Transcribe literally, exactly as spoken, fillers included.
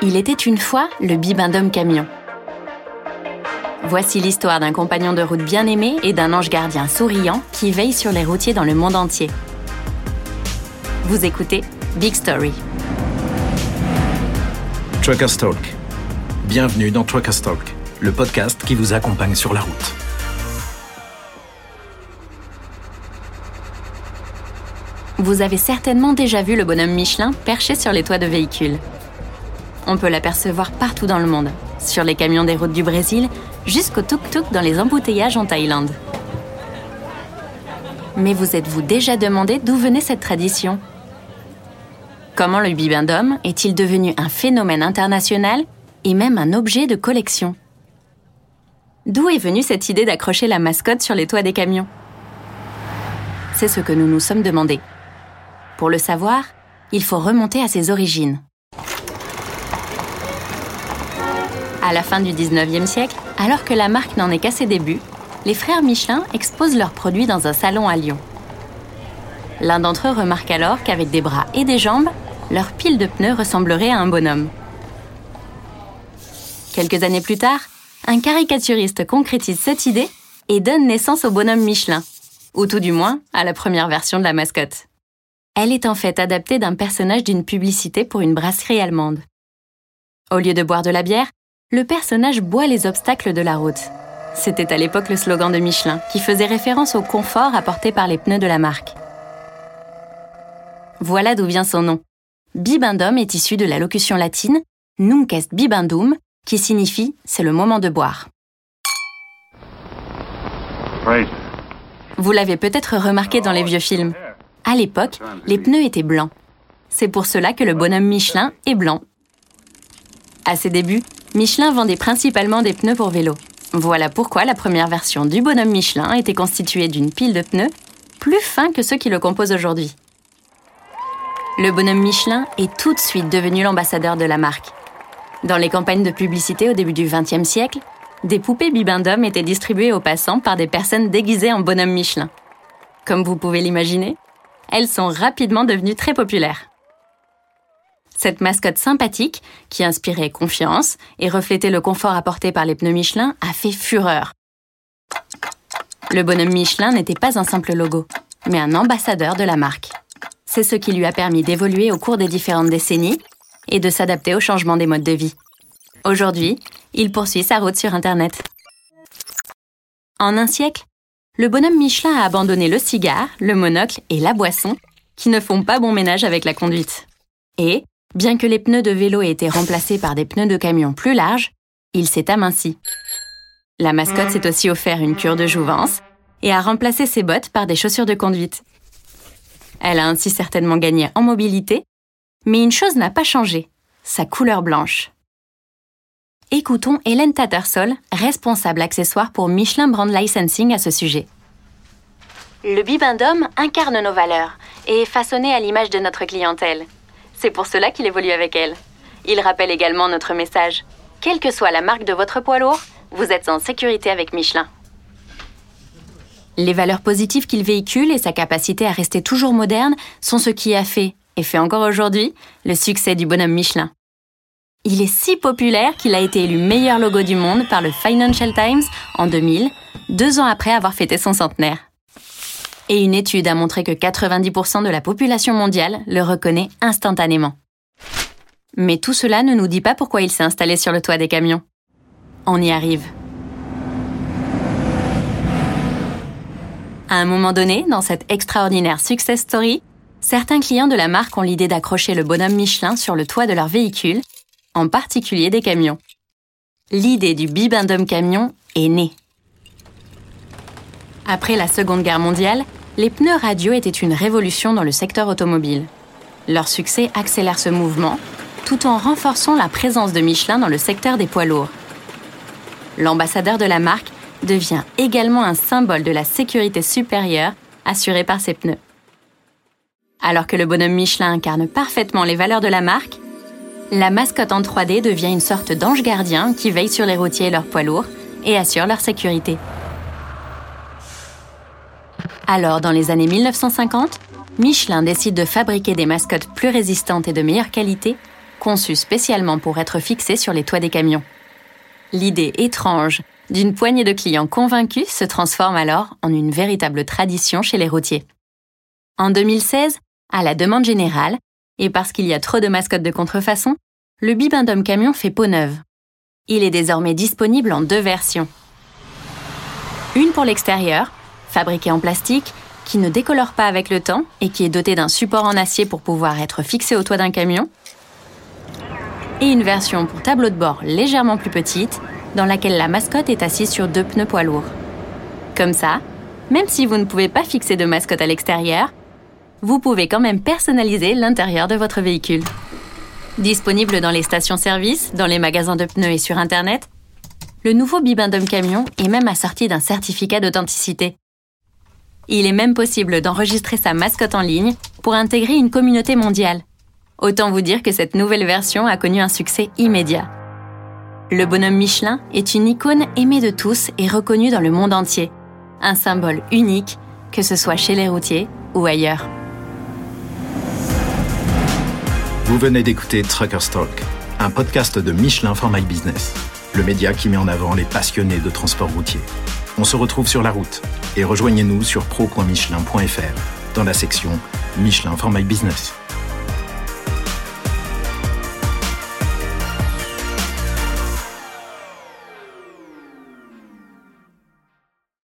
Il était une fois le Bibendum Camion. Voici l'histoire d'un compagnon de route bien aimé et d'un ange gardien souriant qui veille sur les routiers dans le monde entier. Vous écoutez Big Story. Truckers Talk. Bienvenue dans Truckers Talk, le podcast qui vous accompagne sur la route. Vous avez certainement déjà vu le bonhomme Michelin perché sur les toits de véhicules. On peut l'apercevoir partout dans le monde, sur les camions des routes du Brésil, jusqu'au tuk-tuk dans les embouteillages en Thaïlande. Mais vous êtes-vous déjà demandé d'où venait cette tradition ? Comment le Bibendum est-il devenu un phénomène international et même un objet de collection ? D'où est venue cette idée d'accrocher la mascotte sur les toits des camions ? C'est ce que nous nous sommes demandé. Pour le savoir, il faut remonter à ses origines. À la fin du dix-neuvième siècle, alors que la marque n'en est qu'à ses débuts, les frères Michelin exposent leurs produits dans un salon à Lyon. L'un d'entre eux remarque alors qu'avec des bras et des jambes, leur pile de pneus ressemblerait à un bonhomme. Quelques années plus tard, un caricaturiste concrétise cette idée et donne naissance au bonhomme Michelin, ou tout du moins à la première version de la mascotte. Elle est en fait adaptée d'un personnage d'une publicité pour une brasserie allemande. Au lieu de boire de la bière, le personnage boit les obstacles de la route. C'était à l'époque le slogan de Michelin, qui faisait référence au confort apporté par les pneus de la marque. Voilà d'où vient son nom. Bibendum est issu de la locution latine « nunc est bibendum », qui signifie « c'est le moment de boire ». Vous l'avez peut-être remarqué dans les vieux films. À l'époque, les pneus étaient blancs. C'est pour cela que le bonhomme Michelin est blanc. À ses débuts, Michelin vendait principalement des pneus pour vélo. Voilà pourquoi la première version du bonhomme Michelin était constituée d'une pile de pneus plus fin que ceux qui le composent aujourd'hui. Le bonhomme Michelin est tout de suite devenu l'ambassadeur de la marque. Dans les campagnes de publicité au début du vingtième siècle, des poupées Bibendum étaient distribuées aux passants par des personnes déguisées en bonhomme Michelin. Comme vous pouvez l'imaginer, elles sont rapidement devenues très populaires. Cette mascotte sympathique, qui inspirait confiance et reflétait le confort apporté par les pneus Michelin, a fait fureur. Le bonhomme Michelin n'était pas un simple logo, mais un ambassadeur de la marque. C'est ce qui lui a permis d'évoluer au cours des différentes décennies et de s'adapter au changement des modes de vie. Aujourd'hui, il poursuit sa route sur Internet. En un siècle, le bonhomme Michelin a abandonné le cigare, le monocle et la boisson, qui ne font pas bon ménage avec la conduite. Et, bien que les pneus de vélo aient été remplacés par des pneus de camion plus larges, il s'est aminci. La mascotte s'est aussi offert une cure de jouvence et a remplacé ses bottes par des chaussures de conduite. Elle a ainsi certainement gagné en mobilité, mais une chose n'a pas changé, sa couleur blanche. Écoutons Hélène Tattersall, responsable accessoire pour Michelin Brand Licensing à ce sujet. Le Bibendum incarne nos valeurs et est façonné à l'image de notre clientèle. C'est pour cela qu'il évolue avec elle. Il rappelle également notre message. Quelle que soit la marque de votre poids lourd, vous êtes en sécurité avec Michelin. Les valeurs positives qu'il véhicule et sa capacité à rester toujours moderne sont ce qui a fait, et fait encore aujourd'hui, le succès du bonhomme Michelin. Il est si populaire qu'il a été élu meilleur logo du monde par le Financial Times en deux mille, deux ans après avoir fêté son centenaire. Et une étude a montré que quatre-vingt-dix pour cent de la population mondiale le reconnaît instantanément. Mais tout cela ne nous dit pas pourquoi il s'est installé sur le toit des camions. On y arrive. À un moment donné, dans cette extraordinaire success story, certains clients de la marque ont l'idée d'accrocher le bonhomme Michelin sur le toit de leur véhicule, en particulier des camions. L'idée du Bibendum Camion est née. Après la Seconde Guerre mondiale, les pneus radiaux étaient une révolution dans le secteur automobile. Leur succès accélère ce mouvement, tout en renforçant la présence de Michelin dans le secteur des poids lourds. L'ambassadeur de la marque devient également un symbole de la sécurité supérieure assurée par ses pneus. Alors que le bonhomme Michelin incarne parfaitement les valeurs de la marque, la mascotte en trois D devient une sorte d'ange gardien qui veille sur les routiers et leurs poids lourds et assure leur sécurité. Alors, dans les années mille neuf cent cinquante, Michelin décide de fabriquer des mascottes plus résistantes et de meilleure qualité, conçu spécialement pour être fixé sur les toits des camions. L'idée étrange d'une poignée de clients convaincus se transforme alors en une véritable tradition chez les routiers. En deux mille seize, à la demande générale, et parce qu'il y a trop de mascottes de contrefaçon, le Bibendum Camion fait peau neuve. Il est désormais disponible en deux versions. Une pour l'extérieur, fabriquée en plastique, qui ne décolore pas avec le temps et qui est dotée d'un support en acier pour pouvoir être fixé au toit d'un camion. Et une version pour tableau de bord légèrement plus petite, dans laquelle la mascotte est assise sur deux pneus poids lourds. Comme ça, même si vous ne pouvez pas fixer de mascotte à l'extérieur, vous pouvez quand même personnaliser l'intérieur de votre véhicule. Disponible dans les stations-service, dans les magasins de pneus et sur Internet, le nouveau Bibendum Camion est même assorti d'un certificat d'authenticité. Il est même possible d'enregistrer sa mascotte en ligne pour intégrer une communauté mondiale. Autant vous dire que cette nouvelle version a connu un succès immédiat. Le bonhomme Michelin est une icône aimée de tous et reconnue dans le monde entier. Un symbole unique, que ce soit chez les routiers ou ailleurs. Vous venez d'écouter Truckers Talk, un podcast de Michelin for My Business, le média qui met en avant les passionnés de transport routier. On se retrouve sur la route et rejoignez-nous sur pro point michelin point f r dans la section Michelin for My Business.